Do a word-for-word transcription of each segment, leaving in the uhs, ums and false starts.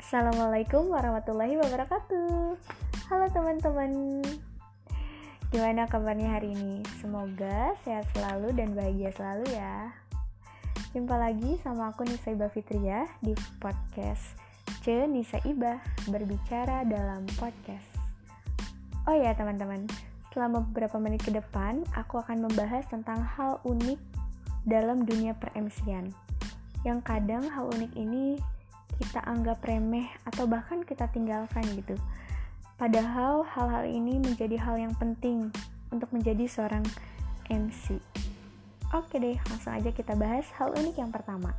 Assalamualaikum warahmatullahi wabarakatuh. Halo teman-teman, gimana kabarnya hari ini? Semoga sehat selalu dan bahagia selalu ya. Jumpa lagi sama aku Nisa Ibah Fitria di podcast Ce Nisa Ibah berbicara dalam podcast. Oh ya teman-teman, selama beberapa menit ke depan aku akan membahas tentang hal unik dalam dunia per-M C-an. Yang kadang hal unik ini kita anggap remeh atau bahkan kita tinggalkan gitu. Padahal hal-hal ini menjadi hal yang penting untuk menjadi seorang M C. Oke deh, langsung aja kita bahas hal unik yang pertama.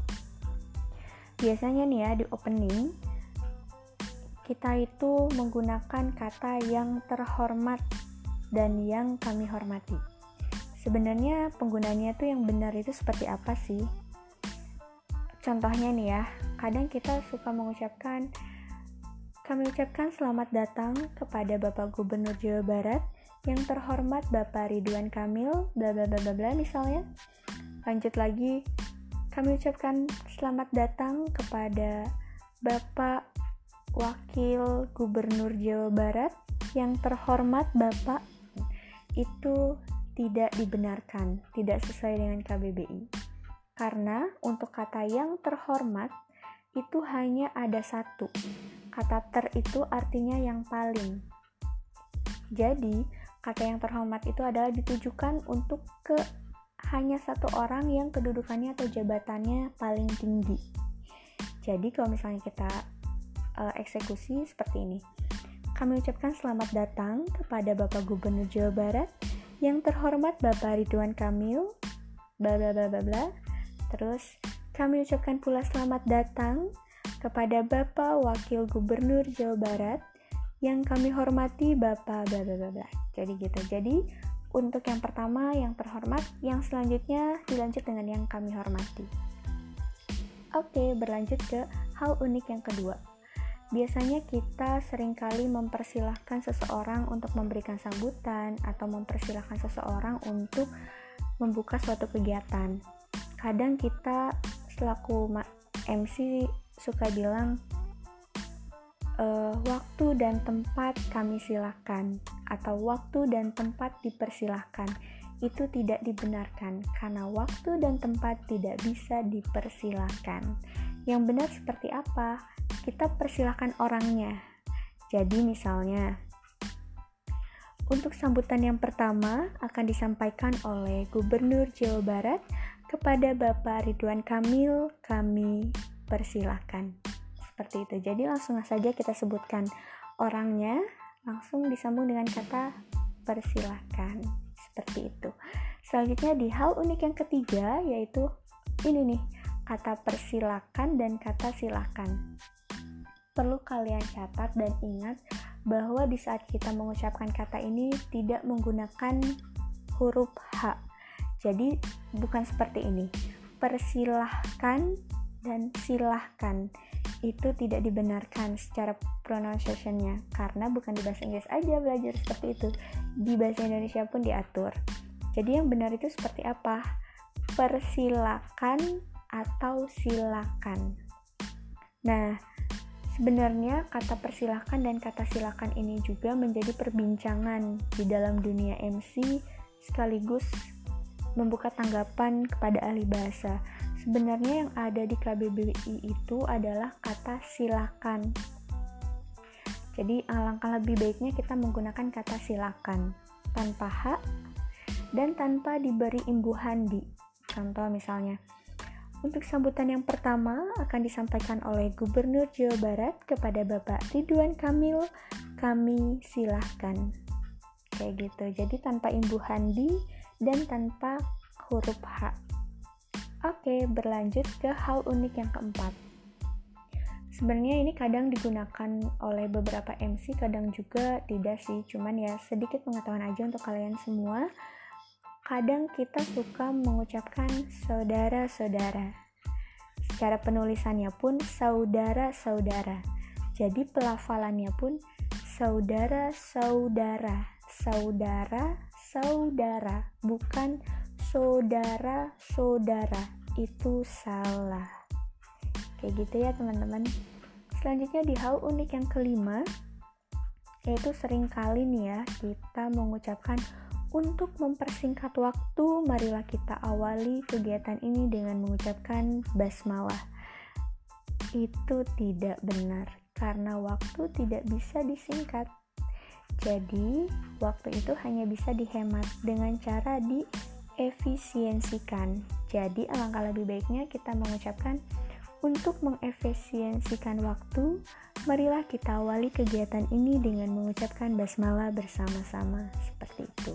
Biasanya nih ya di opening kita itu menggunakan kata yang terhormat dan yang kami hormati. Sebenarnya penggunaannya tuh yang benar itu seperti apa sih? Contohnya nih ya, kadang kita suka mengucapkan, kami ucapkan selamat datang kepada Bapak Gubernur Jawa Barat yang terhormat Bapak Ridwan Kamil, bla bla bla bla bla misalnya. Lanjut lagi, kami ucapkan selamat datang kepada Bapak Wakil Gubernur Jawa Barat yang terhormat Bapak. Itu tidak dibenarkan, tidak sesuai dengan K B B I. Karena untuk kata yang terhormat itu hanya ada satu. Kata ter itu artinya yang paling. Jadi, kata yang terhormat itu adalah ditujukan untuk ke hanya satu orang yang kedudukannya atau jabatannya paling tinggi. Jadi, kalau misalnya kita uh, eksekusi seperti ini. Kami ucapkan selamat datang kepada Bapak Gubernur Jawa Barat yang terhormat Bapak Ridwan Kamil, bla bla bla bla bla. Terus, kami ucapkan pula selamat datang kepada Bapak Wakil Gubernur Jawa Barat yang kami hormati Bapak bla bla bla bla. Jadi gitu. Jadi, untuk yang pertama yang terhormat, yang selanjutnya dilanjut dengan yang kami hormati. Oke, berlanjut ke hal unik yang kedua. Biasanya kita seringkali mempersilahkan seseorang untuk memberikan sambutan atau mempersilahkan seseorang untuk membuka suatu kegiatan. Kadang kita selaku M C suka bilang e, waktu dan tempat kami silakan atau waktu dan tempat dipersilahkan. Itu tidak dibenarkan karena waktu dan tempat tidak bisa dipersilahkan. Yang benar seperti apa? Kita persilahkan orangnya. Jadi misalnya untuk sambutan yang pertama akan disampaikan oleh Gubernur Jawa Barat kepada Bapak Ridwan Kamil, kami persilahkan. Seperti itu. Jadi langsung saja kita sebutkan orangnya, langsung disambung dengan kata persilahkan. Seperti itu. Selanjutnya di hal unik yang ketiga, yaitu ini nih, kata persilahkan dan kata silahkan. Perlu kalian catat dan ingat bahwa di saat kita mengucapkan kata ini tidak menggunakan huruf H. Jadi bukan seperti ini. Persilahkan dan silahkan itu tidak dibenarkan secara pronunciation-nya karena bukan di bahasa Inggris aja belajar seperti itu. Di bahasa Indonesia pun diatur. Jadi yang benar itu seperti apa? Persilakan atau silakan. Nah, sebenarnya kata persilahkan dan kata silakan ini juga menjadi perbincangan di dalam dunia M C sekaligus membuka tanggapan kepada ahli bahasa. Sebenarnya yang ada di K B B I itu adalah kata silakan. Jadi alangkah lebih baiknya kita menggunakan kata silakan tanpa H dan tanpa diberi imbuhan di. Contoh misalnya, untuk sambutan yang pertama akan disampaikan oleh Gubernur Jawa Barat kepada Bapak Ridwan Kamil, kami silahkan. Kayak gitu. Jadi tanpa imbuhan di dan tanpa huruf H. Oke, berlanjut ke hal unik yang keempat. Sebenarnya ini kadang digunakan oleh beberapa M C, kadang juga tidak sih. Cuman ya sedikit pengetahuan aja untuk kalian semua. Kadang kita suka mengucapkan saudara-saudara. Secara penulisannya pun saudara-saudara. Jadi pelafalannya pun saudara-saudara. Saudara-saudara, bukan saudara-saudara. Itu salah. Kayak gitu ya teman-teman. Selanjutnya di hal unik yang kelima, yaitu seringkali nih ya kita mengucapkan untuk mempersingkat waktu, marilah kita awali kegiatan ini dengan mengucapkan basmalah. Itu tidak benar, karena waktu tidak bisa disingkat. Jadi, waktu itu hanya bisa dihemat dengan cara diefisiensikan. Jadi, alangkah lebih baiknya kita mengucapkan untuk mengefisiensikan waktu, marilah kita awali kegiatan ini dengan mengucapkan basmalah bersama-sama. Seperti itu.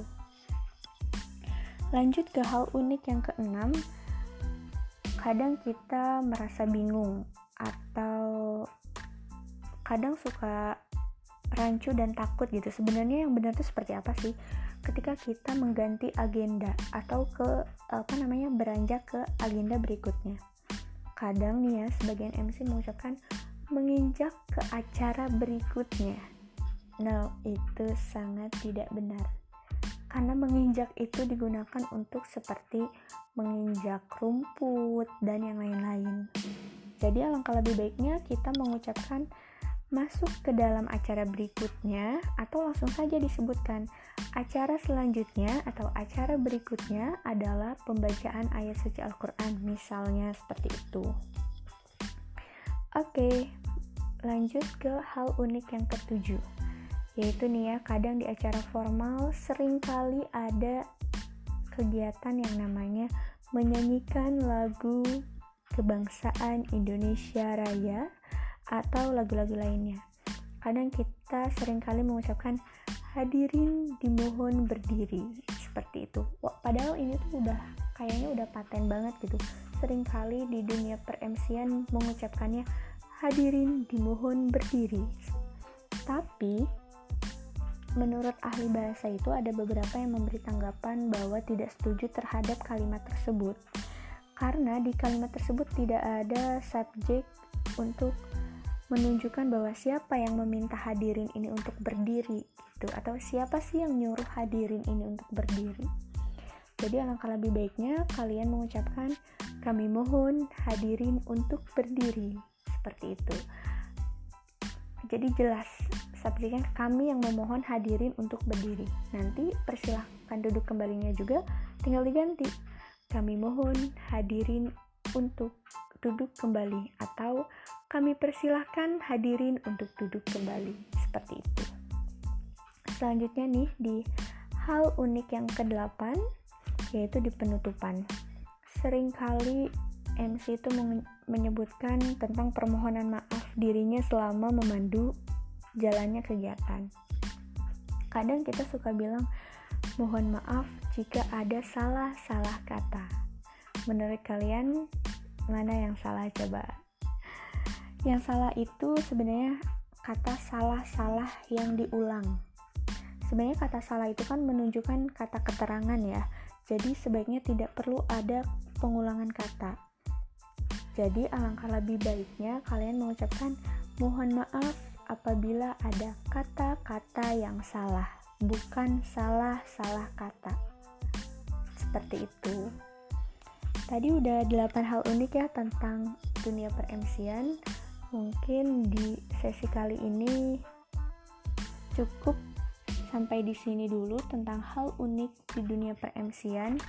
Lanjut ke hal unik yang keenam, kadang kita merasa bingung atau kadang suka rancu dan takut gitu. Sebenarnya yang benar itu seperti apa sih? Ketika kita mengganti agenda atau ke apa namanya beranjak ke agenda berikutnya. Kadang nih ya sebagian M C mengucapkan menginjak ke acara berikutnya. No, itu sangat tidak benar. Karena menginjak itu digunakan untuk seperti menginjak rumput dan yang lain-lain. Jadi alangkah lebih baiknya kita mengucapkan masuk ke dalam acara berikutnya atau langsung saja disebutkan acara selanjutnya atau acara berikutnya adalah pembacaan ayat suci Al-Quran, misalnya seperti itu. Oke, lanjut ke hal unik yang ketujuh, yaitu nih ya, kadang di acara formal seringkali ada kegiatan yang namanya menyanyikan lagu kebangsaan Indonesia Raya atau lagu-lagu lainnya. Kadang kita seringkali mengucapkan hadirin dimohon berdiri, seperti itu. Wah, padahal ini tuh udah kayaknya udah paten banget gitu. Seringkali di dunia per-M C-an mengucapkannya hadirin dimohon berdiri. Tapi menurut ahli bahasa itu ada beberapa yang memberi tanggapan bahwa tidak setuju terhadap kalimat tersebut. Karena di kalimat tersebut tidak ada subjek untuk menunjukkan bahwa siapa yang meminta hadirin ini untuk berdiri gitu, atau siapa sih yang nyuruh hadirin ini untuk berdiri. Jadi alangkah lebih baiknya kalian mengucapkan kami mohon hadirin untuk berdiri, seperti itu. Jadi jelas subjeknya kami yang memohon hadirin untuk berdiri. Nanti persilahkan duduk kembalinya juga tinggal diganti kami mohon hadirin untuk duduk kembali atau kami persilahkan hadirin untuk duduk kembali, seperti itu. Selanjutnya nih di hal unik yang kedelapan, yaitu di penutupan. Seringkali M C itu menyebutkan tentang permohonan maaf dirinya selama memandu jalannya kegiatan. Kadang kita suka bilang mohon maaf jika ada salah-salah kata. Menurut kalian mana yang salah coba? Yang salah itu sebenarnya kata salah-salah yang diulang. Sebenarnya kata salah itu kan menunjukkan kata keterangan ya. Jadi sebaiknya tidak perlu ada pengulangan kata. Jadi alangkah lebih baiknya kalian mengucapkan mohon maaf apabila ada kata-kata yang salah, bukan salah-salah kata. Seperti itu. Tadi udah delapan hal unik ya tentang dunia per-M C-an. Mungkin di sesi kali ini cukup sampai di sini dulu tentang hal unik di dunia per-M C-an.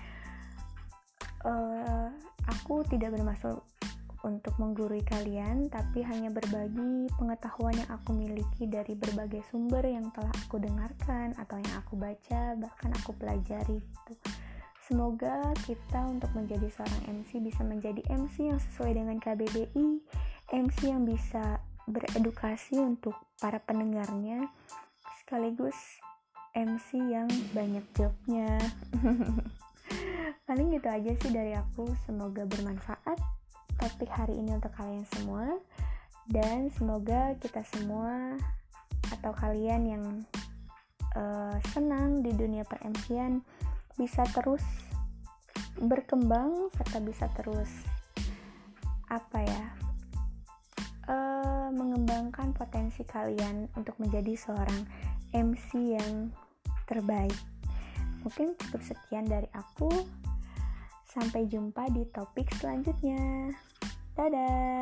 Uh, aku tidak bermaksud untuk menggurui kalian, tapi hanya berbagi pengetahuan yang aku miliki dari berbagai sumber yang telah aku dengarkan atau yang aku baca, bahkan aku pelajari gitu. Semoga kita untuk menjadi seorang M C bisa menjadi M C yang sesuai dengan K B B I, M C yang bisa beredukasi untuk para pendengarnya, sekaligus M C yang banyak jobnya. Paling gitu aja sih dari aku, semoga bermanfaat topik hari ini untuk kalian semua, dan semoga kita semua atau kalian yang uh, senang di dunia per-M C-an bisa terus berkembang serta bisa terus apa ya uh, mengembangkan potensi kalian untuk menjadi seorang M C yang terbaik. Mungkin cukup sekian dari aku. Sampai jumpa di topik selanjutnya. Dadah.